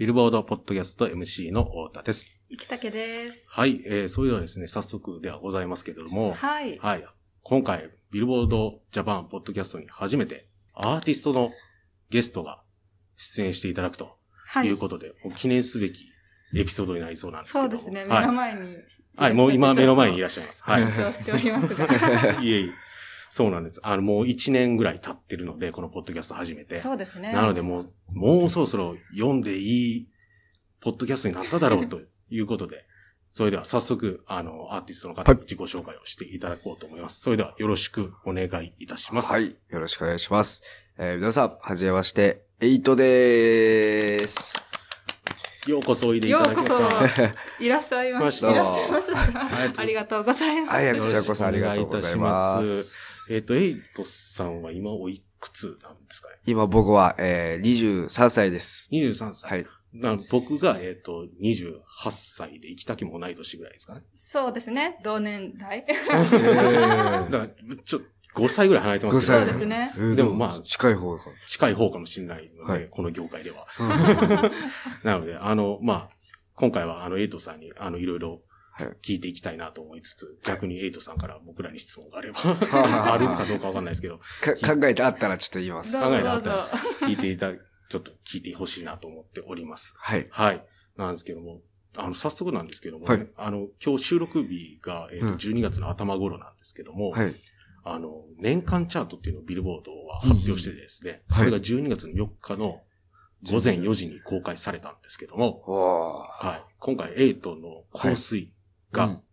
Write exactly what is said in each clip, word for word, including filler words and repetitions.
ビルボードポッドキャスト エムシー の太田です。 生竹です。 はい、えー、それではですね、早速ではございますけれども、 はい。 はい。今回、ビルボードジャパンポッドキャストに初めてアーティストのゲストが出演していただくということで、はい、記念すべきエピソードになりそうなんですけども。 そうですね、目の前に。 はい、もう今目の前にいらっしゃいます。はい。 緊張しておりますが。 いえいえ。そうなんです。あの、もう一年ぐらい経ってるので、このポッドキャスト始めて。 そうですね。 なのでもう、もうそろそろ読んでいいポッドキャストになっただろうということで、それでは早速、あの、アーティストの方に自己紹介をしていただこうと思います。それではよろしくお願いいたします。 はい。よろしくお願いします。えー、皆さん、はじめまして、エイトでーす。 ようこそおいでいただきました。 ようこそいらっしゃいました。いらっしゃいました。ありがとうございます。 はい、こちらこそありがとうございます。 えっと、エイトさんは今おいくつなんですかね？ 今僕は、えー、にじゅうさんさいです。 にじゅうさんさい。 はい。 な僕が、えっと、にじゅうはっさいで、生きたきも同い年ぐらいですかね。 そうですね。同年代。 えー、だから、ちょ、ごさいぐらい離れてますけど。 そうですね。 えー、でもまあ、近い方か。 近い方かもしれないので、はい、この業界では。なので、あの、まあ、今回は、あの、エイトさんに、あの、いろいろ、聞いていきたいなと思いつつ、はい、逆にエイトさんから僕らに質問があれば、あるかどうかわかんないですけど。 か考えてあったらちょっと言います。 考えてあったら、聞いていた、ちょっと聞いてほしいなと思っております。 はい。 はい。なんですけども、あの、早速なんですけども、ね、はい、あの、今日収録日が、えーと、じゅうにがつの頭頃なんですけども、はい。あの、年間チャートっていうのをビルボードは発表してですね、うん、それがじゅうにがつのよっかのごぜんよじに公開されたんですけども、はい。今回エイトの香水が、はい、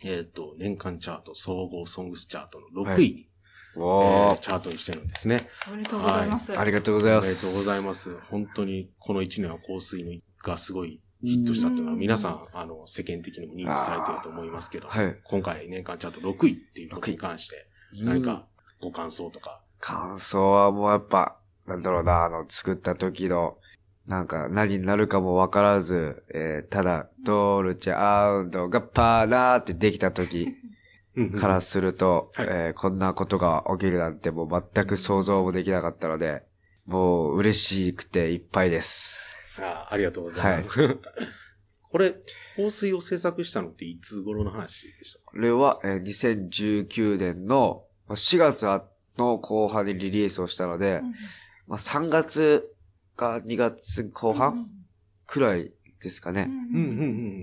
えっと、年間チャート、総合ソングスチャートのろくいに、はい、えー、チャートにしてるんですね。 おめでとうございます。 はい、ありがとうございます。 ありがとうございます。本当にこのいちねんは香水のがすごいヒットしたというのは皆さん、あの、世間的にも認知されていると思いますけど、はい、今回年間チャートろくいっていうことに関して、何かご感想とか。 感想はもうやっぱ、なんだろうな、あの、作った時の、なんか何になるかもわからず、えー、ただ、ドルチェアウンドがパーナーってできた時からすると、はい、えー、こんなことが起きるなんてもう全く想像もできなかったので、もう嬉しくていっぱいです。 あ, ありがとうございます。はい、これ、香水を制作したのっていつ頃の話でしたか？ これは、えー、にせんじゅうきゅうねんのしがつの後半にリリースをしたので、うん、まあ、さんがつかにがつこう半くらいですかね。 うんうんうん。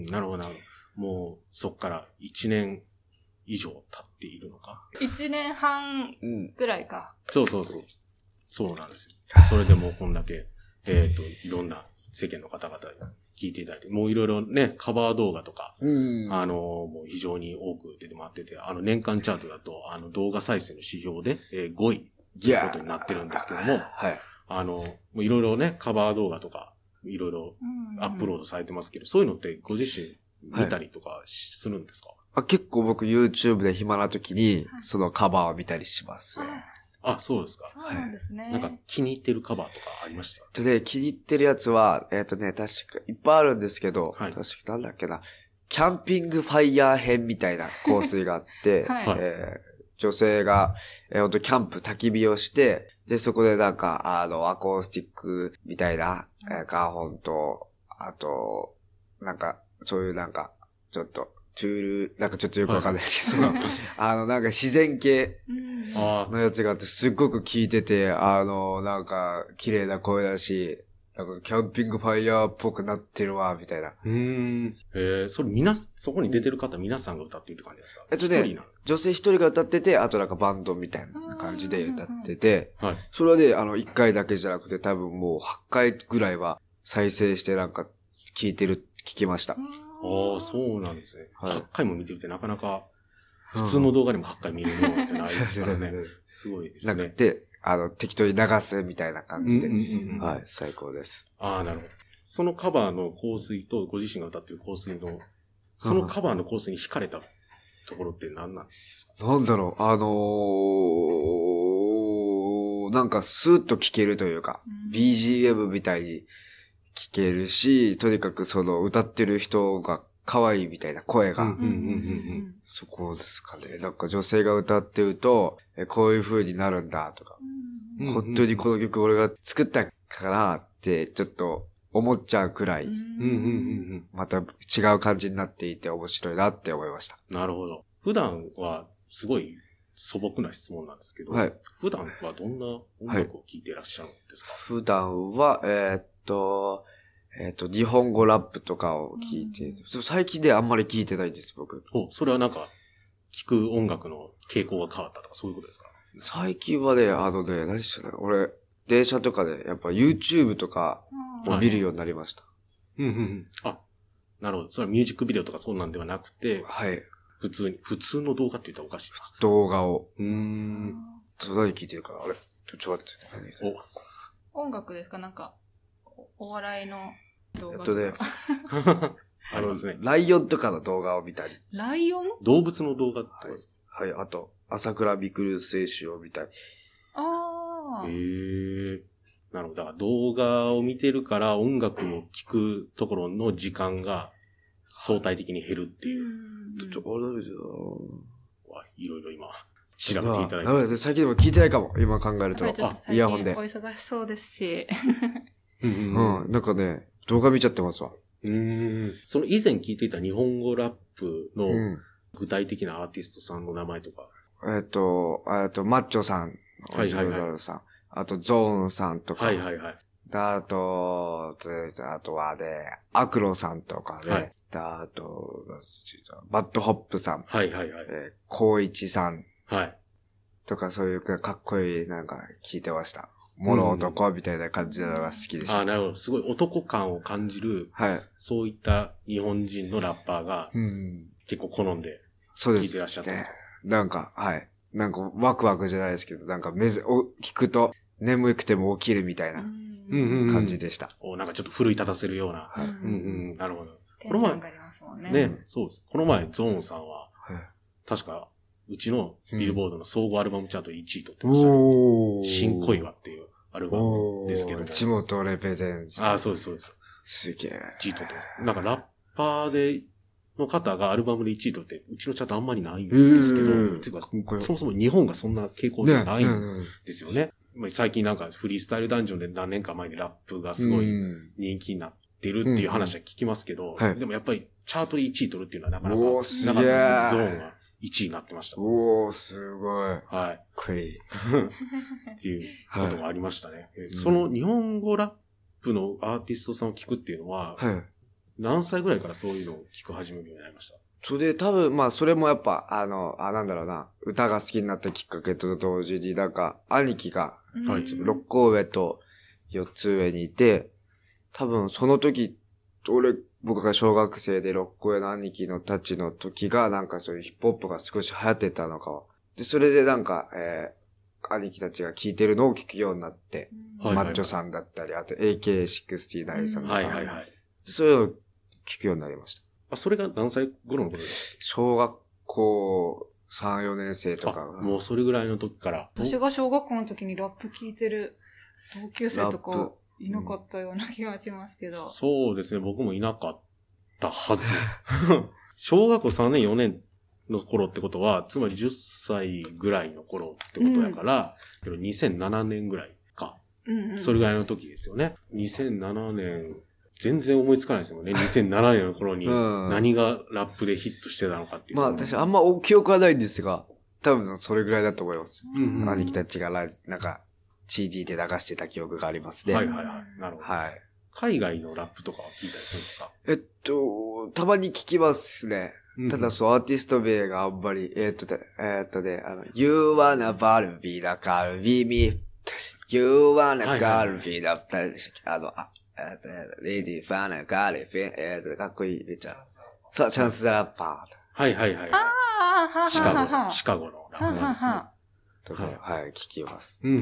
なるほどなるほど。もうそっからいちねん以上経っているのか。 いちねんはんくらいか。 うん、そうそうそう。そうなんですよ。それでもうこんだけ、えっと、いろんな世間の方々に聞いていただいて、もういろいろね、カバー動画とか、うん、あの、もう非常に多く出て回ってて、あの年間チャートだと、あの動画再生の指標で、えー、ごいということになってるんですけども、はい。あの、もういろいろね、カバー動画とか、いろいろアップロードされてますけど、うんうん、そういうのってご自身見たりとかするんですか？はい、 あ、結構僕 YouTube で暇な時に、そのカバーを見たりします、ね。 あ、そうですか。 そうなんですね。 なんか気に入ってるカバーとかありました？ で、気に入ってるやつは、えっとね、確かいっぱいあるんですけど、はい、確かなんだっけな、キャンピングファイヤー編みたいな香水があって、はい、えー女性が、えー、ほんとキャンプ焚き火をして、で、そこでなんか、あの、アコースティックみたいな、えー、カーホンと、あと、なんか、そういうなんか、ちょっと、トゥール、なんかちょっとよくわかんないですけど、はい、あの、なんか自然系のやつがあって、すっごく効いてて、あの、なんか、綺麗な声だし、なんか、キャンピングファイヤーっぽくなってるわ、みたいな。 うーん。えー、それみな、そこに出てる方皆さんが歌っているって感じですか？ えっとね、女性一人が歌ってて、あとなんかバンドみたいな感じで歌ってて、はい。それはね、あの、一回だけじゃなくて、多分もうはっかいぐらいは再生してなんか、聞いてる、聞きました。ああ、そうなんですね。はい。はっかいも見てるってなかなか、普通の動画でもはっかい見るものってないですからね。すごいですね。 なくて、あの、適当に流すみたいな感じで。うんうんうん、はい、最高です。 ああ、なるほど。そのカバーの香水とご自身が歌っている香水の、そのカバーの香水に惹かれたところって何なんですか？ なんだろう、あのー、なんかスーッと聴けるというか、うん、ビージーエム みたいに聴けるし、とにかくその歌ってる人が可愛いみたいな声が、うんうんうんうん、そこですかね。なんか女性が歌ってると、えこういう風になるんだとか、本当にこの曲俺が作ったかなってちょっと思っちゃうくらい、また違う感じになっていて面白いなって思いました。 なるほど。普段はすごい素朴な質問なんですけど、はい、普段はどんな音楽を聴いていらっしゃるんですか？はい、 普段は、えー、っと、えー、っと、日本語ラップとかを聴いて、うん、最近であんまり聴いてないんです、僕。 お、それはなんか、聴く音楽の傾向が変わったとかそういうことですか？ 最近はね、あのね、何でしたね、俺、電車とかで、やっぱ YouTube とかを見るようになりました。 うんうんうん。あ、なるほど。それはミュージックビデオとかそうなんではなくて、 はい。 普通に、普通の動画って言ったらおかしい。 動画を。 うーん。 ちょ、何聞いてるかなあれちょ、ちょ、待って。 お。音楽ですか？なんか、お笑いの動画とか。えっとね、 ありますね。 ライオンとかの動画を見たり。 ライオン？ 動物の動画ってことですか？はい。はい。あと、朝倉未来選手を見たり。 ああ。 へえ。なるほど。だから動画を見てるから音楽を聴くところの時間が相対的に減るっていう。 うん、ちょ、あれですよ。 いろいろ今、調べていただいて。 最近でも聞いてないかも。今考えると。 あ、イヤホンで。お忙しそうですし。 うん、うん。なんかね、動画見ちゃってますわ。 うん。その以前聞いていた日本語ラップの具体的なアーティストさんの名前とか。 うん、えっと、えっと、マッチョさん。はいはいはい。さん。あと、ゾーンさんとか。 はいはいはい。 あと、あとはね、アクロさんとかね。はい、あと、バッドホップさん。 はいはいはい。 えー、コウイチさん。 はい。 とかそういうかっこいいなんか聞いてました。モロ男みたいな感じなのが好きでした。 ああ、なるほど。すごい男感を感じる。はい。そういった日本人のラッパーが、うん、結構好んで聞いてらっしゃった。そうですね。 なんか、はい。なんかワクワクじゃないですけど、なんかめず、お、聞くと眠くても起きるみたいな感じでした。 うんうんうん、お、なんかちょっと奮い立たせるような。はい、うんうん、なるほど。 この前、ね, ね、そうです。この前、ゾーンさんは、はい、確か、うちのビルボードの総合アルバムチャートいちい取ってました、ね。うん、新恋はっていうアルバムですけども。 地元レペゼン。 ああ、そうです、そうです。 すげえ。いちい取ってます。なんかラッパーで、の方がアルバムでいちい取って、うちのチャートあんまりないんですけど、ていうか、そもそも日本がそんな傾向ではないんですよね。ね最近なんかフリースタイルダンジョンで何年か前にラップがすごい人気になってるっていう話は聞きますけど、うんはい、でもやっぱりチャートでいちい取るっていうのはなかなかなかったですね。ゾーンがいちいになってました。 おー、すごい。はい。かっこいい。 っていうことがありましたね。はい、その日本語ラップのアーティストさんを聞くっていうのは、はい、何歳ぐらいからそういうのを聞く始めるようになりました？ それで多分、まあそれもやっぱ、あの、あ、なんだろうな、歌が好きになったきっかけと同時に、なんか、兄貴が、はい、ろっこ上とよっつ上にいて、多分その時、俺、僕が小学生でろっこ上の兄貴のたちの時が、なんかそういうヒップホップが少し流行ってたのか。で、それでなんか、えー、兄貴たちが聴いてるのを聞くようになって、うん、マッチョさんだったり、あと エーケーろくじゅうきゅう さんとか、はいはいはい、そういうのを聞くようになりました。 あ、それが何歳頃のことですか？ 小学校さん、よねん生とか。 もうそれぐらいの時から。 私が小学校の時にラップ聞いてる同級生とかいなかったような気がしますけど。 うん、そうですね。僕もいなかったはず。小学校さんねん、よねんの頃ってことは、つまりじゅっさいぐらいの頃ってことやから、うん、にせんななねんぐらいか、うんうん。それぐらいの時ですよね。にせんななねん、全然思いつかないですよね。にせんななねんの頃に何がラップでヒットしてたのかっていう。 まあ私あんま記憶はないんですが、多分それぐらいだと思います。うんうん、兄貴たちがラなんか シーディー で流してた記憶がありますね。 はいはいはい。なるほど。はい。海外のラップとかは聞いたりするんですか？ えっと、たまに聞きますね。うん、ただそう、アーティスト名があんまり、えー、っとで、えー、っとね、あの、You wanna Barbie だから Be me You wanna Barbie だったりでしたっけ？あの、あえっと、レディー、ファーナ、ガーレ、フェン、えっと、かっこいい、めっちゃ。そう、チャンスザラッパー。 はいはいはい。ああ、シカゴ、シカゴのラッパーですね。 とか、はい、聞きます。 うん、うん、うん。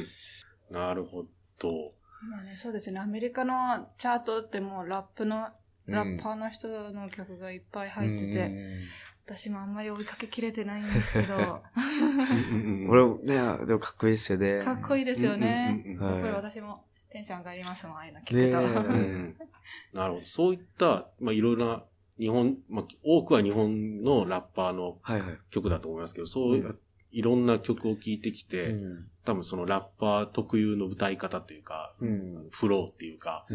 なるほど。 まあね、そうですね。アメリカのチャートってもうラップの、ラッパーの人の曲がいっぱい入ってて、うん、私もあんまり追いかけきれてないんですけど。 俺もね、でもかっこいいですよね。 かっこいいですよね。やっぱり私も。テンション上がりますもん、ああいうの聞くと。 うん、なるほど。そういった、まあ、いろいろな、日本、まあ、多くは日本のラッパーの曲だと思いますけど、はいはい、そういう、いろんな曲を聴いてきて、うん、多分そのラッパー特有の歌い方というか、うん、フローっていうか、うん、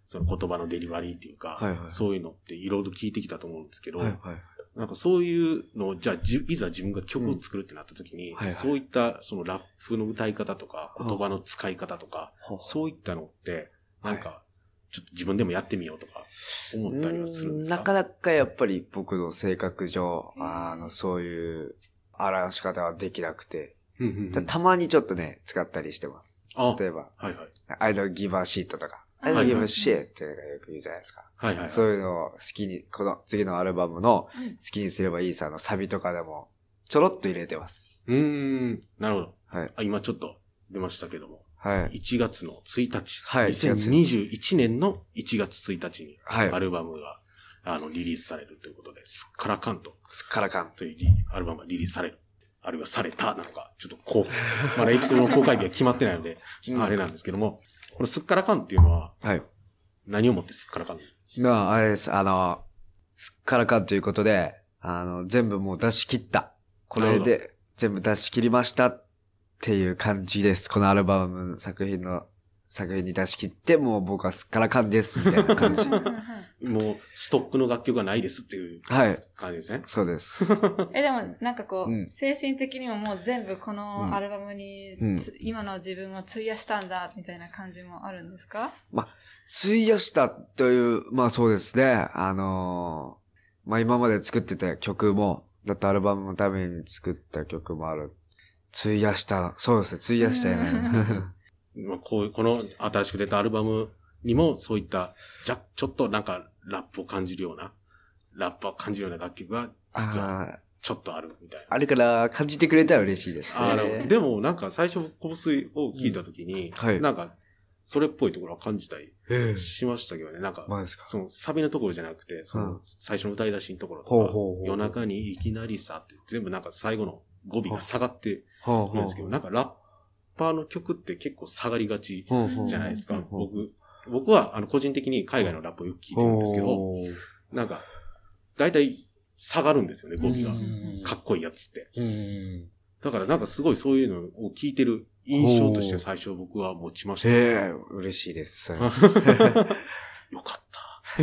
その言葉のデリバリーっていうか、はいはい、そういうのっていろいろ聞いてきたと思うんですけど、はいはい、なんかそういうのを、じゃあじ、いざ自分が曲を作るってなった時に、うんはいはい、そういったそのラップの歌い方とか、言葉の使い方とか、はあ、そういったのって、なんか、ちょっと自分でもやってみようとか思ったりはするんですか？ なかなかやっぱり僕の性格上、あの、そういう表し方はできなくて、た, たまにちょっとね、使ったりしてます。例えば、はいはい、I don't give a shit とか、I don't give a shit ってよく言うじゃないですか。はいはいはい、そういうのを好きに、この次のアルバムの好きにすればいいさのサビとかでもちょろっと入れてます。 うーん、なるほど。はい、あ今ちょっと出ましたけども。はい。いちがつのついたち。はい。にせんにじゅういちねんのいちがつついたちに、アルバムが、あの、リリースされるということで、すっからかんと。 すっからかん。 というアルバムがリリースされる。あるいはされたなのか、ちょっとこう、まだエピソードの公開日は決まってないので、うん、あれなんですけども、このすっからかんっていうのは、はい。何をもってすっからかんなあ、あれです。あの、すっからかんということで、あの、全部もう出し切った。これで全部出し切りましたっていう感じです。このアルバムの作品の、作品に出し切って、もう僕はすっからかんです、みたいな感じ。 もう、ストックの楽曲がないですっていう感じですね。はい、 そうです。 え、でも、なんかこう、うん、精神的にももう全部このアルバムに、うん、今の自分を費やしたんだ、みたいな感じもあるんですか？ まあ、費やしたという、まあそうですね。あのー、まあ今まで作ってた曲も、だってアルバムのために作った曲もある。費やした、そうですね、費やしたよね。 まあこう、この新しく出たアルバムにもそういった、じゃ、ちょっとなんかラップを感じるような、ラップを感じるような楽曲が実はちょっとあるみたいな。 あれから感じてくれたら嬉しいですね。あでもなんか最初香水を聞いたときに、うんはい、なんかそれっぽいところは感じたりしましたけどね。なんか、そのサビのところじゃなくて、その最初の歌い出しのところとか、うん、夜中にいきなりさって全部なんか最後の語尾が下がってるんですけど、なんかラッパーの曲って結構下がりがちじゃないですか。僕、僕はあの個人的に海外のラップをよく聞いてるんですけど、なんか、だいたい下がるんですよね、語尾が。かっこいいやつって。だからなんかすごいそういうのを聞いてる印象として最初僕は持ちました。 ええー、嬉しいです。 よかった。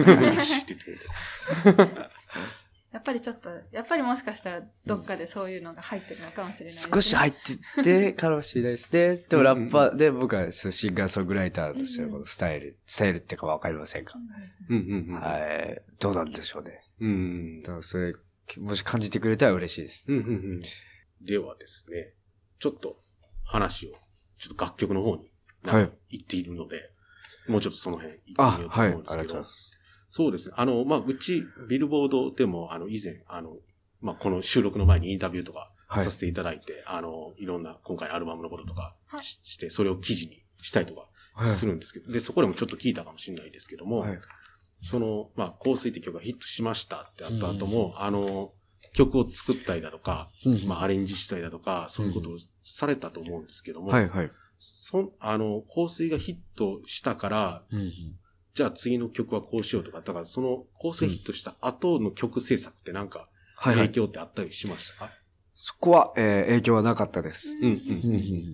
嬉しいって言ってくれて。 やっぱりちょっと、やっぱりもしかしたらどっかでそういうのが入ってるのかもしれないですね。 少し入っててかもしれないですね。でもラッパーで僕はシンガーソングライターとしてのこのスタイル、スタイルってかわかりませんか？うんうんうん、はい。どうなんでしょうね。うん。だからそれ、もし感じてくれたら嬉しいです。うんうんうん、 ではですね、ちょっと話を、ちょっと楽曲の方に行っているので、はい、もうちょっとその辺行ってみようと思うんですけど。あ、はい、ありがとうございます。そうですね。あの、まあ、うち、ビルボードでも、あの、以前、あの、まあ、この収録の前にインタビューとかさせていただいて、はい、あの、いろんな、今回のアルバムのこととかし、して、それを記事にしたりとかするんですけど、はい、で、そこでもちょっと聞いたかもしれないですけども、はい、その、まあ、香水って曲がヒットしましたってあった後も、うん、あの、曲を作ったりだとか、うん、まあ、アレンジしたりだとか、そういうことをされたと思うんですけども、うん、はいはい。そ、あの、香水がヒットしたから、うんじゃあ次の曲はこうしようとか、だからその構成ヒットした後の曲制作ってなんか影響ってあったりしましたか？はいはい、 そこは、えー、影響はなかったです。うんうんうんうん、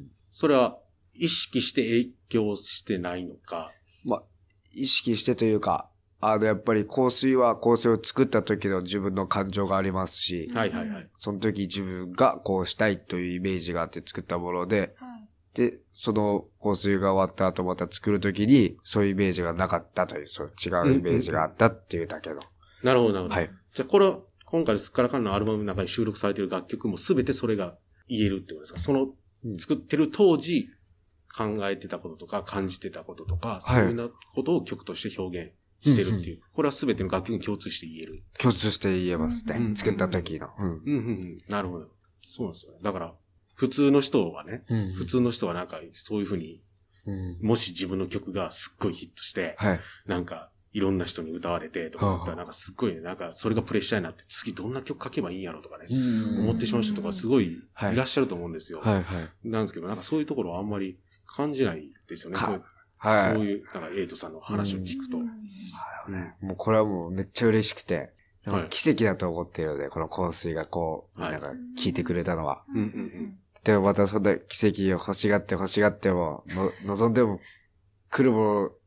それは意識して影響してないのか？ まあ、意識してというか、あのやっぱり香水は香水を作った時の自分の感情がありますし、はいはいはい、その時自分がこうしたいというイメージがあって作ったもので、はいで、その香水が終わった後また作るときに、そういうイメージがなかったという、そう違うイメージがあったっていうだけの。うんうん、 なるほど、なるほど。はい。じゃあこれは、今回すっからかんのアルバムの中に収録されている楽曲もすべてそれが言えるってことですか？その、作ってる当時考えてたこととか感じてたこととか、そういうようなことを曲として表現してるっていう。はい、これはすべての楽曲に共通して言える。 共通して言えますね。うんうんうん、作った時の。 うんうんうん。なるほど。そうなんですよね。だから、普通の人はね、うんうん、普通の人はなんかそういうふうに、うん、もし自分の曲がすっごいヒットして、はい、なんかいろんな人に歌われてとかだったらなんかすっごいね、なんかそれがプレッシャーになって次どんな曲書けばいいんやろとかね、思ってしまう人とかすごいいらっしゃると思うんですよ。はいはいはい、なんですけどなんかそういうところはあんまり感じないですよね。そうはい、そういう、なんかエイトさんの話を聞くと。うんうん、もうこれはもうめっちゃ嬉しくて、奇跡だと思っているので、この香水がこう、なんか聞いてくれたのは。うんうんうんでもまたそんな奇跡を欲しがって欲しがっても、の、望んでも来るも、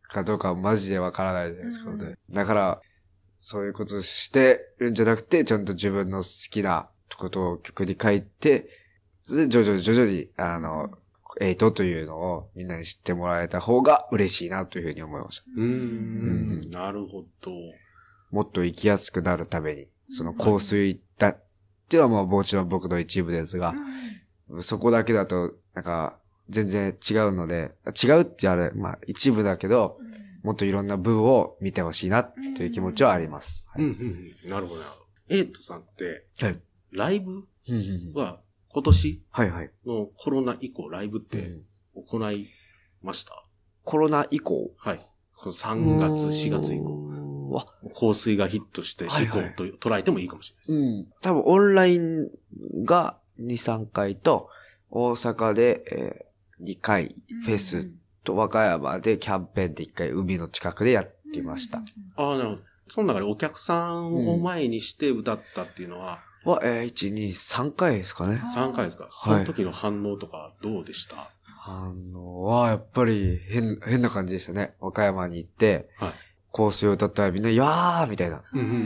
かどうかはマジでわからないじゃないですか、ね。だから、そういうことしてるんじゃなくて、ちゃんと自分の好きなことを曲に書いて、それで徐々に徐々に、あの、エイトというのをみんなに知ってもらえた方が嬉しいなというふうに思いました。 うーん、うん、なるほど。 もっと生きやすくなるために、その香水だってはまあもちろん僕の一部ですが、うん、そこだけだと、なんか、全然違うので、違うってあれ、まあ一部だけど、うん、もっといろんな部を見てほしいなという気持ちはあります。 うんうんうん、なるほどなるほど。エイトさんって、はい、ライブは今年のコロナ以降ライブって行いました？ うん、コロナ以降？ はい。さんがつ、しがつ以降。香水がヒットして以降と捉えてもいいかもしれないです。 うん。多分オンラインがに、さんかいと、大阪で、えー、にかいフェスと和歌山でキャンペーンでいっかい海の近くでやってました。 ああ、なるほど。その中でお客さんを前にして歌ったっていうのは、 うん、は、えー、いち、に、さんかいですかね。 さんかいですか。その時の反応とかどうでした？はい、 反応は、やっぱり変、変な感じでしたね。和歌山に行って、はい、香水を歌ったらみんな、やーみたいな。うんうんうん、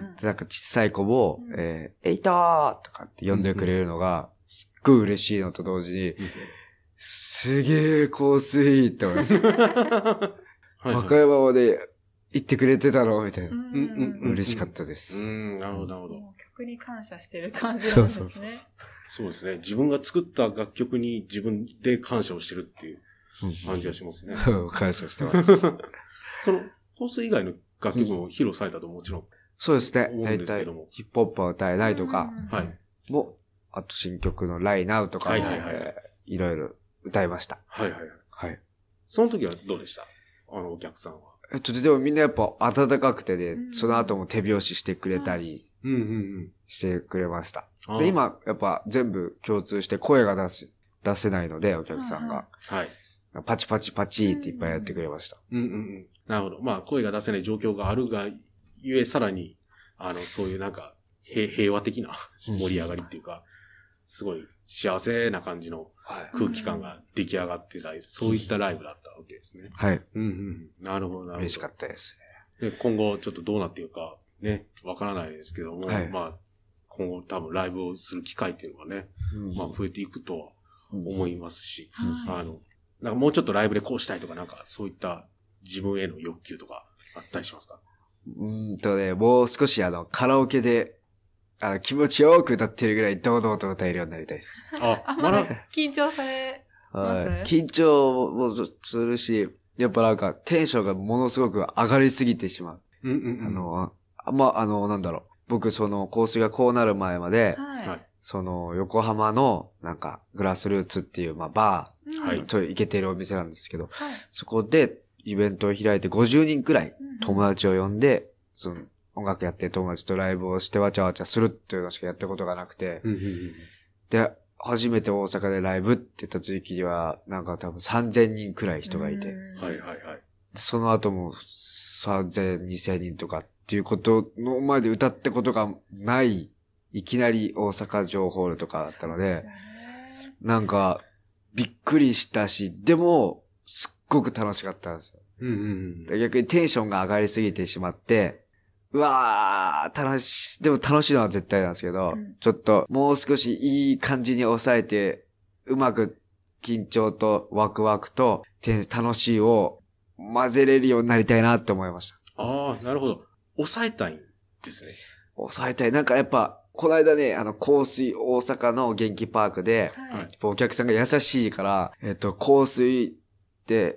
なんか小さい子も、えー、エイターとかって呼んでくれるのが、すっごい嬉しいのと同時に、うん、すげー香水って思いました。はいはい、和歌山まで行ってくれてたのみたいな。うんうんうん、嬉しかったです。 うん、なるほど、なるほど。 曲に感謝してる感じなんですね。そうそうそう。 そうですね。自分が作った楽曲に自分で感謝をしてるっていう感じがしますね。 うん、感謝してます。その、香水以外の楽曲も披露されたともちろん、うん。 そうですね。大体、ヒップホップは歌えないとか、はい。も、あと新曲のライナウとかも、はいはいはい、えー、いろいろ歌いました。 はいはいはい。はい。その時はどうでした？あの、お客さんは。 えっと、でもみんなやっぱ温かくてね、うん、その後も手拍子してくれたり、うんうんうん、してくれました。で、今、やっぱ全部共通して声が出す、出せないので、お客さんが。はい。パチパチパチっていっぱいやってくれました。 うんうんうん。なるほど。まあ、声が出せない状況があるが、ゆえさらに、あの、そういうなんか、平平和的な盛り上がりっていうか、すごい幸せな感じの空気感が出来上がってたり、そういったライブだったわけですね。 はい。 うんうん。なるほど、なるほど。 嬉しかったですね。で、今後ちょっとどうなっているか、ね、わからないですけども、はい、まあ、今後多分ライブをする機会っていうのはね、うん、まあ増えていくとは思いますし、うん、あの、なんかもうちょっとライブでこうしたいとかなんかそういった自分への欲求とかあったりしますか？ うーんとね、もう少しあの、カラオケで、あの、気持ちよく歌ってるぐらい堂々と歌えるようになりたいです。 あ、まだ緊張されます？ はい。緊張もするし、やっぱなんかテンションがものすごく上がりすぎてしまう。うんうんうん、あの、あまあ、あの、なんだろう。僕、その、香水がこうなる前まで、はい、その、横浜の、なんか、グラスルーツっていう、まあ、バー、と行けてるお店なんですけど、はい、そこで、イベントを開いてごじゅうにんくらい友達を呼んで、うん、その、音楽やってる友達とライブをしてわちゃわちゃするっていうのしかやったことがなくて、うんうんうん、で、初めて大阪でライブって言った時期には、なんか多分さんぜんにんくらい人がいて、はいはいはい。その後もさんぜん、にせんにんとかっていうことの前で歌ったことがない、いきなり大阪城ホールとかだったので、なんかびっくりしたし、でもすっごく楽しかったんですよ。うんうんうん、逆にテンションが上がりすぎてしまって、うわー、楽しい、でも楽しいのは絶対なんですけど、うん、ちょっともう少しいい感じに抑えて、うまく緊張とワクワクと楽しいを混ぜれるようになりたいなって思いました。 ああ、なるほど。抑えたいんですね。 抑えたい。なんかやっぱ、この間ね、あの、香水、大阪の元気パークで、はい、お客さんが優しいから、えっと、香水って、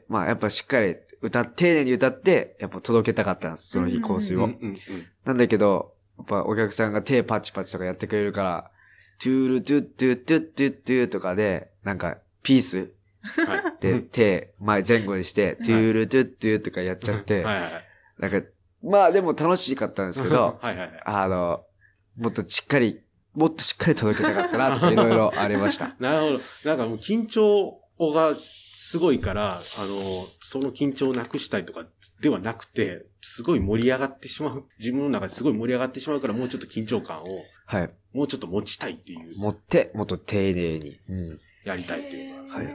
まあやっぱしっかり歌、丁寧に歌って、やっぱ届けたかったんです、その日香水を。うんうんうん、なんだけど、やっぱお客さんが手パチパチとかやってくれるから、トゥールトゥットゥットゥットゥットゥとかで、なんか、ピースで手前前後にして、トゥールトゥットゥとかやっちゃって、はいはいはい、なんか、まあでも楽しかったんですけど、はいはいはい、あの、もっとしっかり、もっとしっかり届けたかったなとかいろいろありました。 なるほど。なんかもう緊張がすごいから、あの、その緊張をなくしたいとかではなくて、すごい盛り上がってしまう。自分の中ですごい盛り上がってしまうから、もうちょっと緊張感を、はい。もうちょっと持ちたいっていう。 持って、もっと丁寧に。 うん。やりたいっていうか、はい。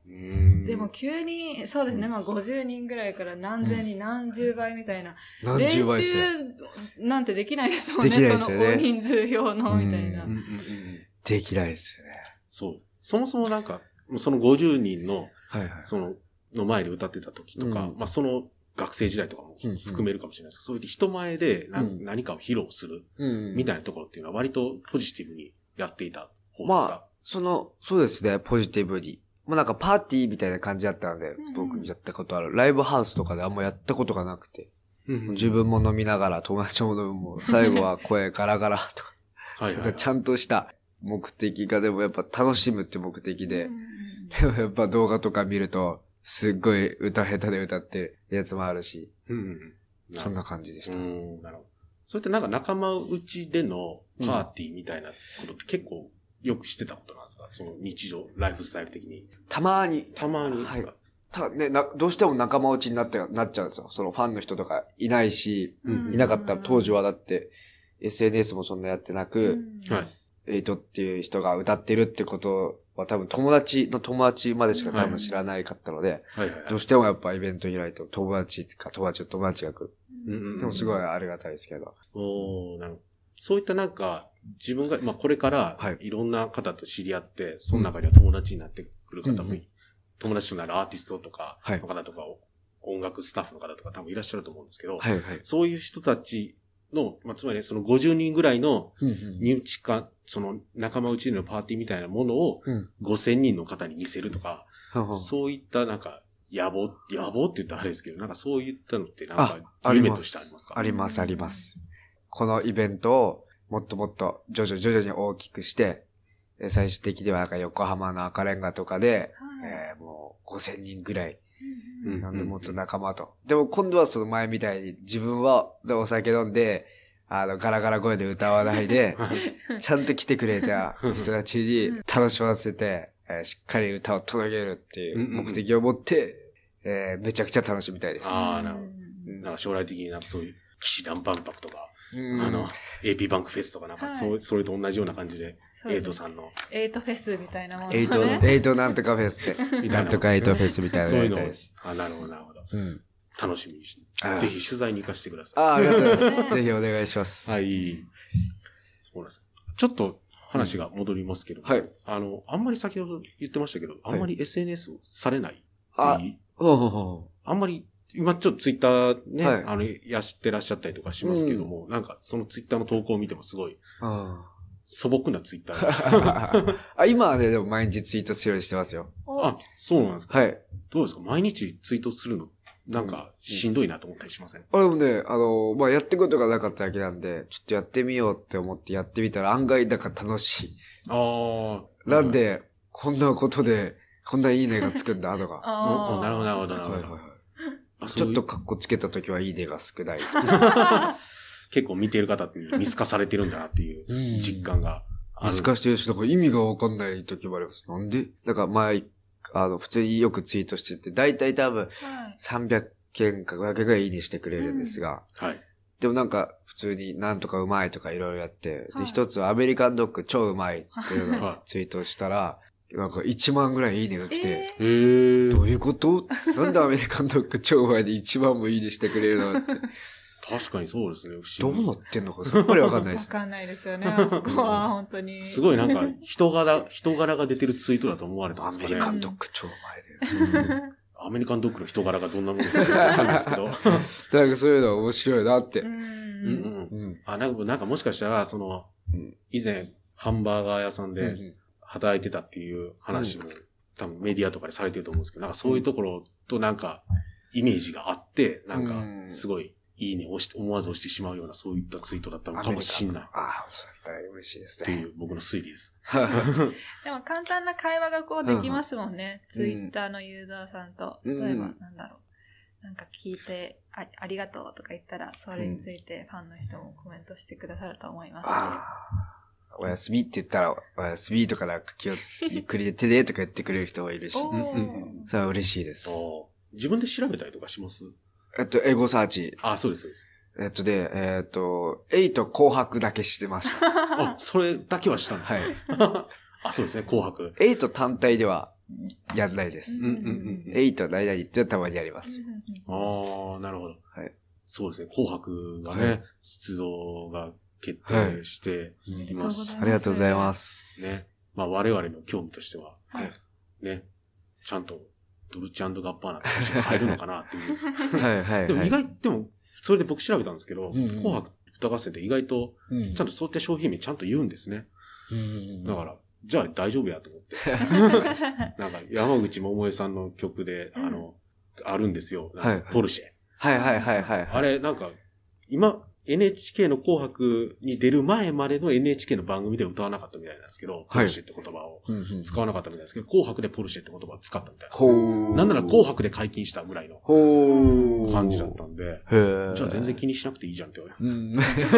でも急に、そうですね、まあごじゅうにんぐらいから何千人、何十倍みたいな。 何十倍ですよ。 練習なんてできないですもんね。 できないですよね。 その大人数用のみたいな。 できないですよね。 そう。そもそもなんか、そのごじゅうにんの、はいはい、その、の前で歌ってた時とか、うん、まあその学生時代とかも含めるかもしれないですけど、うんうん、そういった人前で何、うん、何かを披露するみたいなところっていうのは割とポジティブにやっていた方ですか？まあ、 その、そうですね、ポジティブに。もうなんかパーティーみたいな感じだったので、うん、僕やったことある。ライブハウスとかであんまやったことがなくて。うんうん、自分も飲みながら、友達も飲むも、最後は声ガラガラとか。はいはいはい、ちゃんとした目的がでもやっぱ楽しむって目的で。うん、でもやっぱ動画とか見ると、すっごい歌下手で歌ってるやつもあるし。うん、そんな感じでした。うん、 なるほど。それってなんか仲間内でのパーティーみたいなことって結構、よくしてたことなんですか？その日常、ライフスタイル的に。 たまに。 たまにですか？ はい。たね、な、どうしても仲間内になって、なっちゃうんですよ。そのファンの人とかいないし、うん、いなかったら当時はだって、エスエヌエス もそんなやってなく、はい。エイトっていう人が歌ってるってことは多分友達の友達までしか多分知らないかったので、はい。はいはいはい、どうしてもやっぱイベント開いて友達か友達と友達が来る。うんうんうん、でもすごいありがたいですけど。 おー、なるほど。そういったなんか、自分が、まあ、これから、いろんな方と知り合って、はい、その中には友達になってくる方も、うん、友達となるアーティストとかの方とか、はい、音楽スタッフの方とか多分いらっしゃると思うんですけど、はいはい、そういう人たちの、まあ、つまりそのごじゅうにんぐらいの身内か、その仲間内でのパーティーみたいなものをごせんにんの方に見せるとか、うん、そういったなんか、野望、野望って言ったらあれですけど、なんかそういったのってなんか夢としてありますか？ あります、あります。このイベントをもっともっと徐々徐々に大きくして、最終的にはなんか横浜の赤レンガとかで、はい、えー、もうごせんにんぐらい、うん、なんでもっと仲間と。でも今度はその前みたいに自分はお酒飲んで、あのガラガラ声で歌わないで、ちゃんと来てくれた人たちに楽しませて、えー、しっかり歌を届けるっていう目的を持って、えー、めちゃくちゃ楽しみたいです。 ああ、なるほど。なんか将来的になんかそういう騎士団万博とか、うん、あの、エーピー バンクフェスとかなんか、はい、そ, それと同じような感じで、エイトさんの。 エイトフェスみたいなもの、ね。 エイト、エイトなんとかフェスで。なんとかエイトフェスみたいなのやりたいです。 あ、なるほど、なるほど。うん、楽しみにして。ぜひ取材に行かせてください。 あ、ありがとうございます。ぜひお願いします。 はい。そうなんです。ちょっと話が戻りますけど、うん、はい。あの、あんまり先ほど言ってましたけど、あんまり エスエヌエス をされない。 はい、あ、ほうほうほう。あんまり、今ちょっとツイッターね、はい、あの、やってらっしゃったりとかしますけども、うん、なんかそのツイッターの投稿を見てもすごい、素朴なツイッターあ。今はね、でも毎日ツイートするようにしてますよ。 あ、そうなんですか。 はい。 どうですか？毎日ツイートするの、なんかしんどいなと思ったりしません？ あ、でもね、あの、まあ、やってことがなかっただけなんで、ちょっとやってみようって思ってやってみたら案外だから楽しい。ああ。なんで、こんなことで、こんないいねがつくんだ、とか。 ああ。なるほど、なるほど、なるほど。はいはいはい。 ちょっとカッコつけたときはいいねが少ない。 結構見てる方に見透かされてるんだなっていう実感がある。 見透かしてるし、なんか意味がわかんないときもあります。なんで？なんか前、あの、普通によくツイートしてて、だいたい多分さんびゃくけんかごひゃくけんぐらいいいねしてくれるんですが。うん、はい。でもなんか普通になんとかうまいとかいろいろやって、で、一つはアメリカンドッグ超うまいっていうのをツイートしたら、なんかいちまんぐらいいいねが来て、えー、どういうこと？なんでアメリカンドッグ超前でいちまんもいいねしてくれるのって。 確かにそうですね。 不思議。どうなってんのかさっぱりわかんないです。 わかんないですよね。あそこは本当に。 すごいなんか人柄、人柄が出てるツイートだと思われたんですかね。 アメリカンドッグ超前で。 うん、アメリカンドッグの人柄がどんなものかわかんないですけど。 なんかそういうのは面白いなって。うんうんうん、あ、なんか、なんかもしかしたら、その、以前ハンバーガー屋さんで、うんうん働いてたっていう話も、うん、多分メディアとかでされてると思うんですけど、なんかそういうところとなんかイメージがあって、なんかすごいいいねを押して、思わず押してしまうようなそういったツイートだったのかもしれない。 ああ、そうだったら嬉しいですね。 っていう僕の推理です。 でも簡単な会話がこうできますもんね。うん、ツイッターのユーザーさんと。例えばなんだろう。なんか聞いてあ、ありがとうとか言ったら、それについてファンの人もコメントしてくださると思いますし。うんおやすみって言ったら、おやすみとかなんか気をゆっくりで手でとか言ってくれる人がいるし。うんうん、それは嬉しいです。 自分で調べたりとかします？ えっと、英語サーチ。 あ、そうです、そうです。 えっとで、えっと、エイト紅白だけしてました。 あ、それだけはしたんですか？はい。あ、そうですね、紅白。 エイト単体ではやんないです。 うんうんうんうん、 エイト何々ってたまにやります。 ああ、なるほど。 はい。 そうですね。紅白がね、はい、出動が決定しています。 はい、ありがとうございます。 ね。まあ我々の興味としては、はい、ね、ちゃんとドルチ&ガッパーナって写真が入るのかなっていう。はいはい、はい。でも意外、でも、それで僕調べたんですけど、うんうん、紅白歌合戦って意外と、ちゃんとそういった商品名ちゃんと言うんですね。うん、だから、じゃあ大丈夫やと思って。なんか山口百恵さんの曲で、あの、うん、あるんですよ。はい、ポルシェ。 はいはいはいはい。 あれ、なんか、今、エヌエイチケー の紅白に出る前までの エヌエイチケー の番組で歌わなかったみたいなんですけど、ポルシェって言葉を使わなかったみたいですけど、紅白でポルシェって言葉を使ったみたいです。なんなら紅白で解禁したぐらいの感じだったんで、じゃあ全然気にしなくていいじゃんって。うん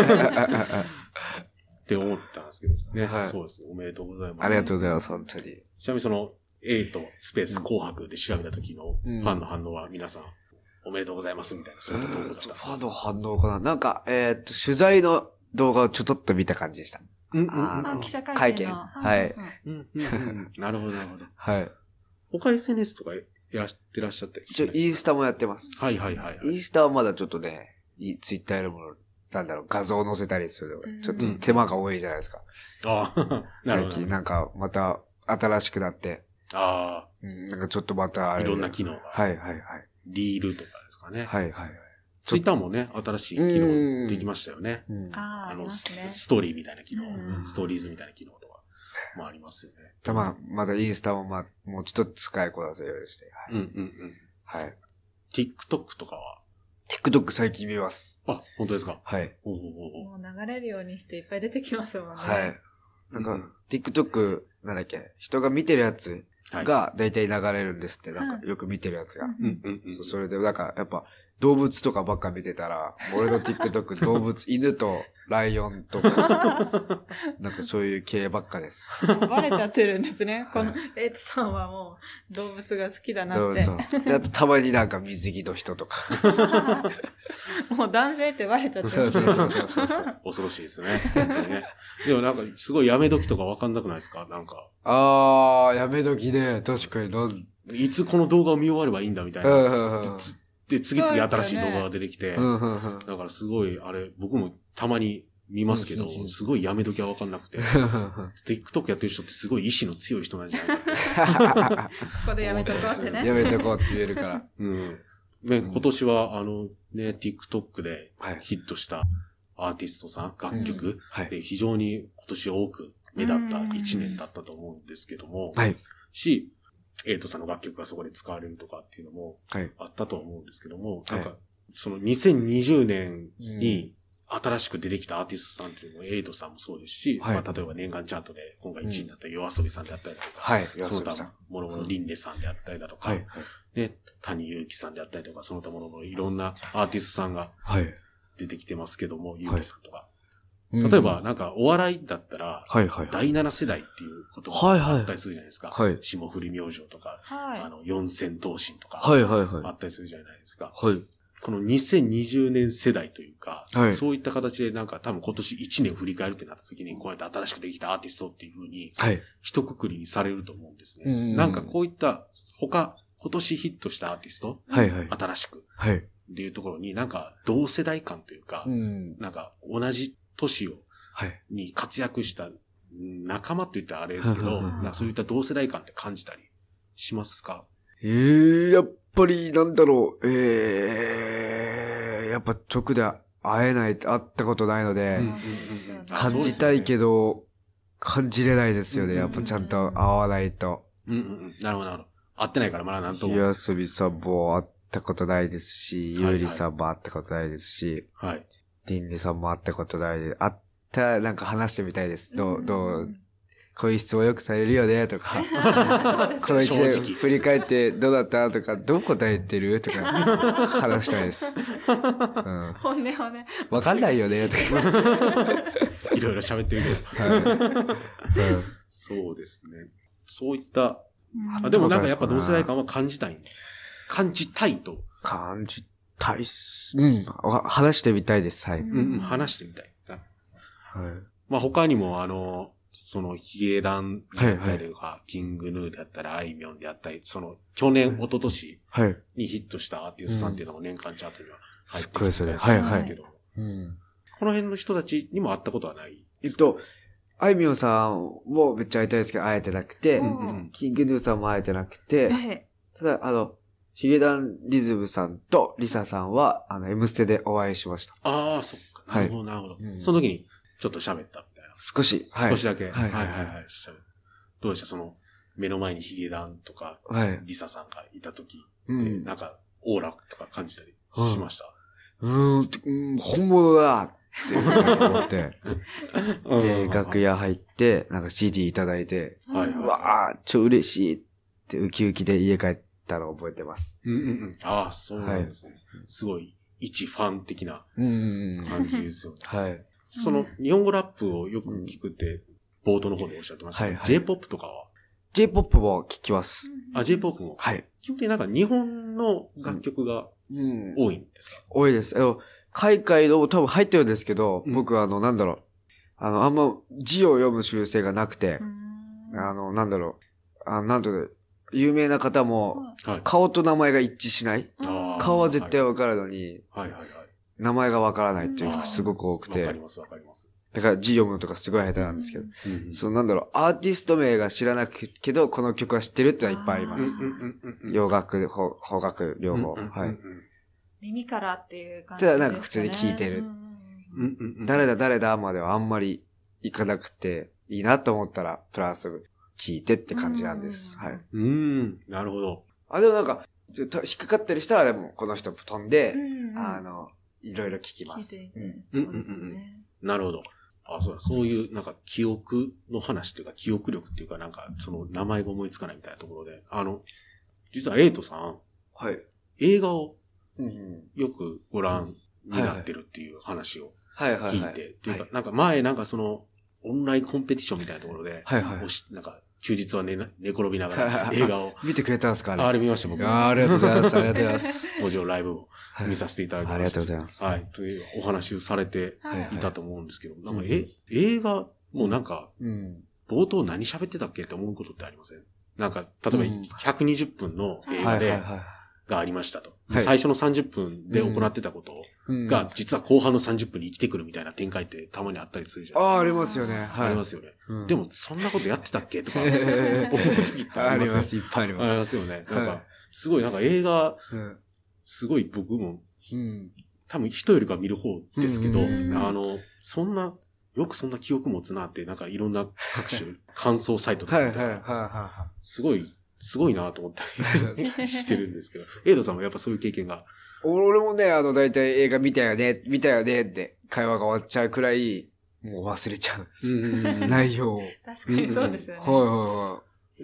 って思ったんですけどね、はい。そうですね。おめでとうございます。 ありがとうございます、本当に。 ちなみにその、エイトスペース紅白で調べた時のファンの反応は皆さん、おめでとうございますみたいな、そういうことをした。 ファンの反応かななんか、えー、っと、取材の動画をちょっと見た感じでした。 うんうんうん。あ、記者会見の。 はい。 うんうんうん、なるほど、なるほど。 はい。 他 エスエヌエス とかやらってらっしゃったり一応、インスタもやってます。 はいはいはい、はい。 インスタはまだちょっとね、ツイッターやるもの、なんだろう、画像を載せたりする。ちょっと手間が多いじゃないですか。 ああ、 なるほど。最近なんか、また新しくなって。 ああ。 うん、なんかちょっとまたあれ。 いろんな機能が。 はいはいはい。 リールとかですかね。 はいはいはい。 ツイッターもね、新しい機能できましたよね。 うん、ああ、あの、 ね、ストーリーみたいな機能、うん、ストーリーズみたいな機能とかもありますよね。 たま、まだインスタもま、もうちょっと使いこなせるようにして。 はい、うんうんうん。 はい。 TikTok とかは TikTok 最近見ます。 あ、本当ですか？ はい。 おうおうおう、もう流れるようにしていっぱい出てきますもんね。 はい。なんか、うん、TikTok、なんだっけ、人が見てるやつが大体流れるんですって、はい、なんかよく見てるやつが。 うんうんうん、 そう、それで、なんかやっぱ動物とかばっか見てたら、俺の TikTok 動物、犬とライオンとか、なんかそういう系ばっかです。 バレちゃってるんですね。この、エイトさんはもう動物が好きだなって。 そうそう。で、あとたまになんか水着の人とか。 もう男性ってバレちゃってる。 そうそうそうそうそうそう。 恐ろしいですね。本当にね。でもなんかすごいやめ時とかわかんなくないですか？なんか。 あー、やめ時ね。確かになん。 いつこの動画を見終わればいいんだみたいな。で、次々新しい動画が出てきて、ね、だからすごい、あれ、僕もたまに見ますけど、すごいやめ時はわかんなくて、TikTok やってる人ってすごい意志の強い人なんじゃないかって。 ここでやめとこうってね。 やめとこうって言えるから。 うん。ね、今年は、あの、ね、TikTok でヒットしたアーティストさん、楽曲、うんはい、で非常に今年多く目立った一年だったと思うんですけども、 はい、 し、エイトさんの楽曲がそこで使われるとかっていうのもあったと思うんですけども、はい、なんか、そのにせんにじゅうねんに新しく出てきたアーティストさんっていうのもエイトさんもそうですし、はい、まあ例えば年間チャートで今回いちいになった夜遊びさんであったりだとか、 はい、 その他もろもろリンネさんであったりだとか、はい、ね、谷祐希さんであったりとか、その他もろもろいろんなアーティストさんが出てきてますけども、ゆうきさんとか。例えば、なんか、お笑いだったら、 はいはい、 だいなな世代っていうことがあったりするじゃないですか。 はいはい、 霜降り明星とか、 はい、 あの、四千頭身とか、 はいはいはい、 あったりするじゃないですか。 はい、 このにせんにじゅうねん世代というか、はい、そういった形でなんか多分今年いちねん振り返るってなった時に、こうやって新しくできたアーティストっていう風に、一括りにされると思うんですね。はい、なんかこういった他、今年ヒットしたアーティスト、 はいはい、 新しく、 はい、 っていうところになんか同世代感というか、 うん、 なんか同じ年を、 はい。 に活躍した仲間って言ったらあれですけど、なんかそういった同世代感って感じたりしますか？ ええー、やっぱりなんだろう、ええー、やっぱ直で会えない、会ったことないので、うんうんうん、感じたいけど、感じれないですよね。やっぱちゃんと会わないと。 うんうんうん、なるほどなるほど。会ってないからまだなんとも。 夜遊びさんも会ったことないですし、ゆうりさんも会ったことないですし、 はい。 ディンディさんも会ったことないで、会ったなんか話してみたいです。どう、どう、こういう質問よくされるよねとか、この一年振り返ってどうだったとか、どう答えてるとか話したいです。 うん、本音本音。 わかんないよねとか。 いろいろ喋ってみて、はいうん。そうですね。そういった、あでもなんかやっぱ同世代感は感じたい。感じたいと。 感じたいっす。うん。話してみたいです。はい。 うん、うん、話してみたい。 はい。 まあ他にもあの、 そのヒゲダンであったりとか、はいはい、キングヌーであったり、あいみょんであったり、その去年、一昨年にヒットしたアーティストさんっていうのも年間チャートには入ってきてるんですけど、はいはい、うん、この辺の人たちにも会ったことはないえっと、あいみょんさんもめっちゃ会いたいですけど、会えてなくて、うんうん、キングヌーさんも会えてなくて、ただ、あの、ヒゲダンリズムさんとリサさんは、あの、Mステでお会いしました。 ああ、そっか。なるほど、なるほど。うん、その時にちょっと喋ったみたいな。 少し。 はい、少しだけ。はいはいはい、はい。どうでしたその、目の前にヒゲダンとか、はい、リサさんがいた時って、うん、なんか、オーラとか感じたりしました、 うん、うーん、本物だって思って。で、楽屋入って、なんか シーディー いただいて、はいはい、うわー、超嬉しいってウキウキで家帰ったのを覚えてます。 うんうんうん。ああ、そうなんですね。はい、すごい、一ファン的な感じですよね。はい。その、日本語ラップをよく聞くって、冒頭の方でおっしゃってましたけど、はいはい、J-ポップ とかは J-ポップ も聞きます。 あ、J-ポップ もはい。基本的になんか日本の楽曲が多いんですか、 うんうん、多いです。あの、海外の多分入ってるんですけど、うん、僕あの、なんだろう。あの、あんま字を読む習性がなくて、あの、なんだろう。あなんとね、有名な方も、顔と名前が一致しない。はい、顔は絶対わかるのに、はいはいはい、名前がわからないっていうのがすごく多くて。わかりますわかります。だから字読むのとかすごい下手なんですけど。うんうん、そのなんだろう、アーティスト名が知らなくけど、この曲は知ってるってのはいっぱいあります。洋楽、邦楽、両方。はい。 耳からっていう感じですね。 ただなんか普通に聞いてる。誰だ誰だまではあんまりいかなくて、いいなと思ったら、プラス聞いてって感じなんです。はい。 うん、なるほど。 あ、でもなんか、引っかかったりしたらでも、この人飛んで、うんうん、あの、いろいろ聞きます。 なるほど。あ、そうだ、そういう、なんか、記憶の話というか、記憶力っていうか、なんか、その、名前が思いつかないみたいなところで、あの、実はエイトさん、はい。映画を、よくご覧になってるっていう話を聞いて、っていうか、なんか前、なんかその、オンラインコンペティションみたいなところで、はいはい。なんか、休日は寝、寝転びながら映画を。 見てくれたんですかあれ。 あれ見ました、僕。 あありがとうございます。ありがとうございます。 もちろんライブも見させていただきました。 ありがとうございます。 はい。というお話をされていたと思うんですけど、なんか、え、映画、もうなんか、冒頭何喋ってたっけって思うことってありません？なんか、例えばひゃくにじゅっぷんの映画で、がありましたと。はい、最初のさんじゅっぷんで行ってたことが、実は後半のさんじゅっぷんに生きてくるみたいな展開ってたまにあったりするじゃないですか。 ああ、ありますよね。 はい、ありますよね、うん。でも、そんなことやってたっけとか、思う時ってあります。 あります、いっぱいあります。 ありますよね。なんか、すごいなんか映画、すごい僕も、うん、多分人よりか見る方ですけど、あの、そんな、よくそんな記憶持つなって、なんかいろんな各種感想サイトとか見たら、すごい、すごいなと思ったりしてるんですけど、エイドさんもやっぱそういう経験が。 俺もね、あの、だいたい映画見たよね、見たよねって会話が終わっちゃうくらい、もう忘れちゃうんです。内容を。 確かにそうですよね。 はいはいはい。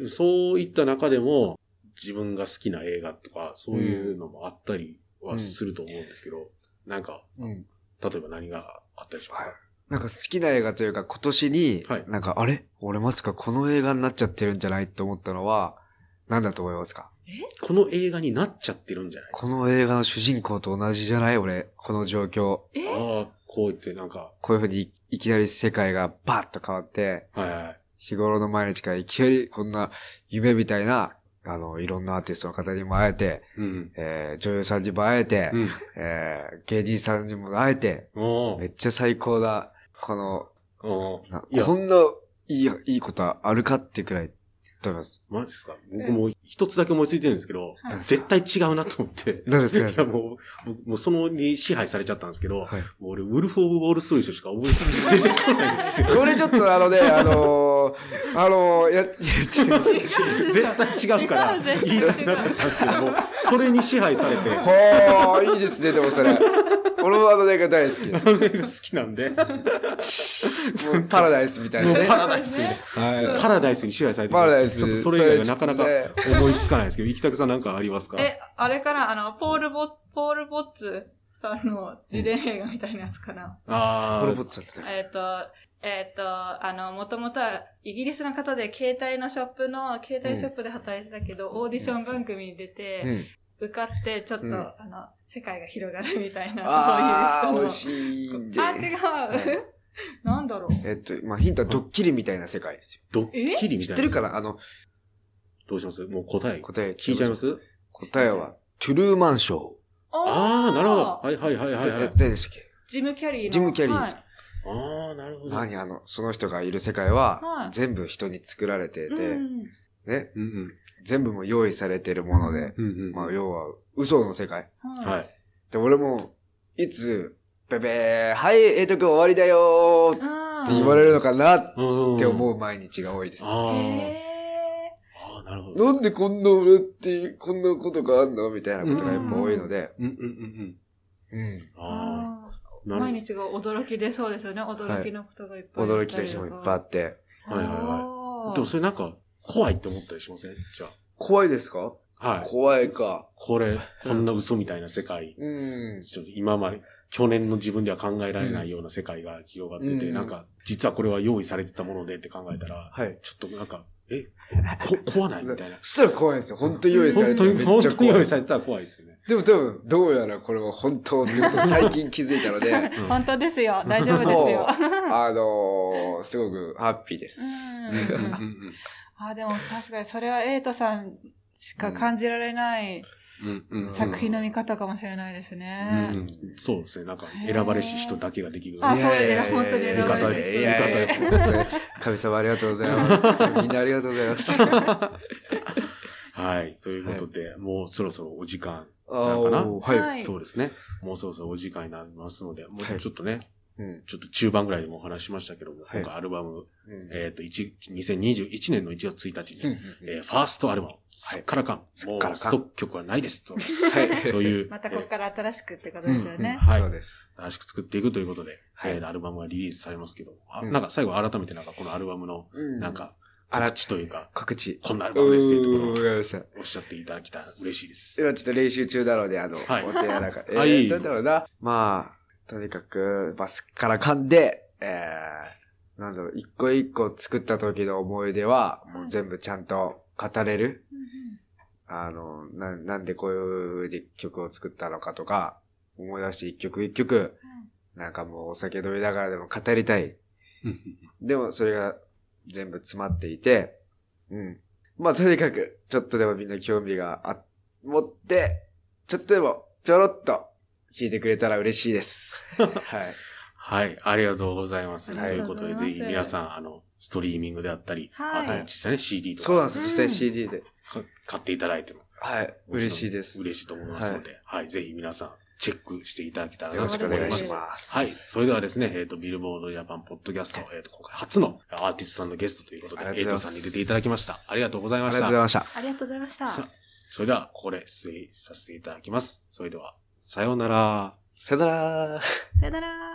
そういった中でも、自分が好きな映画とか、そういうのもあったりはすると思うんですけど、うん、なんか、うん、例えば何があったりしますか？はい、 なんか好きな映画というか今年に、はい、なんかあれ俺まさかこの映画になっちゃってるんじゃないと思ったのは、何だと思いますか？ えこの映画になっちゃってるんじゃない？ この映画の主人公と同じじゃない俺、この状況。 えああ、こう言ってなんか。 こういう風に い, いきなり世界がバーッと変わって、はいはい、日頃の毎日からいきなりこんな夢みたいな、あの、いろんなアーティストの方にも会えて、うんえー、女優さんにも会えて、うんえー、芸人さんにも会えて、めっちゃ最高だ。この、こんないい、いいことあるかってくらい、と思います。 マジですか？僕も一つだけ思いついてるんですけど、絶対違うなと思って。 何ですか？ もう、もうそのに支配されちゃったんですけど、はい、もう俺、ウルフ・オブ・ウォール・ストリートしか覚えて出てこないんですよ。 それちょっとあのね、あのー、あのー、や、 絶対違うから言いたくなかったんですけども、それに支配されて。 はあ、いいですね、でもそれ。俺もあの映画大好きです。 あの映画好きなんで。もうパラダイスみたいな、ね。 もうパラダイスみたいな。はい、パラダイスに支配されてる。パラダイス。ちょっとそれ以外がなかなか思いつかないですけど、生田さんなんかありますか？ え、あれから、あの、ポールボッ、ポールボッツさんの自伝映画みたいなやつかな。うん、 ああ。ポールボッツだった。 えっと、えっと、あの、もともとはイギリスの方で携帯のショップの、携帯ショップで働いてたけど、うん、オーディション番組に出て、うん受かって、ちょっと、うん、あの、世界が広がるみたいな、 そういう人の。ああ、惜しいんで。 あ、違う。なんだだろう。 えっと、まあ、ヒントはドッキリみたいな世界ですよ。 ドッキリみたいな。 知ってるかなあの、 どうします？もう答え。 答え。 聞いちゃいます？ 答えは、トゥルーマンショー。 ああ、なるほど。はいはいはいはい、はい。 誰でしたっけ？ ジムキャリーの。 ジムキャリーです。 はいああ、なるほど。 何あの、その人がいる世界は、 はい、 全部人に作られてて、 うん、 ね、 うんうん、 全部も用意されてるもので、 うんうん、 まあ要は嘘の世界。 はい。 で、俺も、いつ、ベベー、はい、えいとくん終わりだよーって言われるのかなって思う毎日が多いです。 あー、 へあー、なるほど。 なんでこんな俺って、こんなことがあんのみたいなことがやっぱ多いので。 うんうんうんうん。うん。 ああ。毎日が驚きでそうですよね。驚きのことがいっぱいあって、 はい。驚きの人もいっぱいあって。はいはいはい。でもそれなんか、怖いって思ったりしません？じゃあ。 怖いですか？はい。怖いか。 これ、こんな嘘みたいな世界。うん。ちょっと今まで、去年の自分では考えられないような世界が広がってて、うん、なんか、実はこれは用意されてたものでって考えたら、はい。ちょっとなんか、え、こ、怖ないみたいな。 そしたら怖いですよ。本当に用意されてたらめっちゃ怖い。 本当に用意されてたら怖いですよね。 でも多分、どうやらこれは本当ってことを最近気づいたので。 うん、本当ですよ。大丈夫ですよ。 あのー、すごくハッピーです。 あ、でも確かにそれはエイトさんしか感じられない作品の見方かもしれないですね。 うんうん、そうですね。なんか選ばれし人だけができる。 あ、そうですね。本当に選ばれし人。 見方です。神様ありがとうございます。みんなありがとうございます。 はい。ということで、はい、もうそろそろお時間なのかな？はい。そうですね。もうそろそろお時間になりますので、もうちょっとね、はい、ちょっと中盤ぐらいでもお話しましたけども、はい、今回アルバム、うん、えっと、にせんにじゅういちねんのいちがつついたちに、うんえー、ファーストアルバム、すっからかん、もうストック曲はないですと。はい。という。 またここから新しくってことですよね。うんうん、 はい。そうです。 新しく作っていくということで、はい、えー、アルバムがリリースされますけど、うん、なんか最後改めてなんかこのアルバムの、なんか、告知というか、 告知。 こんなアルバムですっていうところをおっしゃっていただきたら嬉しいです。 今ちょっと練習中なので、あの、はい、お手柔らか。えー、なんだろうな。まあ、とにかく、バスから噛んで、えー、なんだろう、一個一個作った時の思い出は、もう全部ちゃんと語れる。うん、あの、な、なんでこういう曲を作ったのかとか、思い出して一曲一曲、うん、なんかもうお酒飲みながらでも語りたい。でもそれが全部詰まっていて、うん。まあとにかく、ちょっとでもみんな興味があ、持って、ちょっとでも、ちょろっと、聞いてくれたら嬉しいです。はい。 はい。ありがとうございます。はい、ということで、ぜひ皆さん、あの、ストリーミングであったり、はい、あと実際ね、シーディー とか。 そうなんです。実際 シーディー で。 買っていただいても。 はい。嬉しいです。 嬉しいと思いますので、はい、はい。ぜひ皆さん、チェックしていただけたらよろしくお願いします。 はい。それではですね、えっと、ビルボードジャパンポッドキャスト、えっと、今回初のアーティストさんのゲストということで、エイトさんに出ていただきました。ありがとうございました。 ありがとうございました。 ありがとうございました。さあ、 それでは、ここで失礼させていただきます。それでは、さようなら。 さよなら。 さよなら。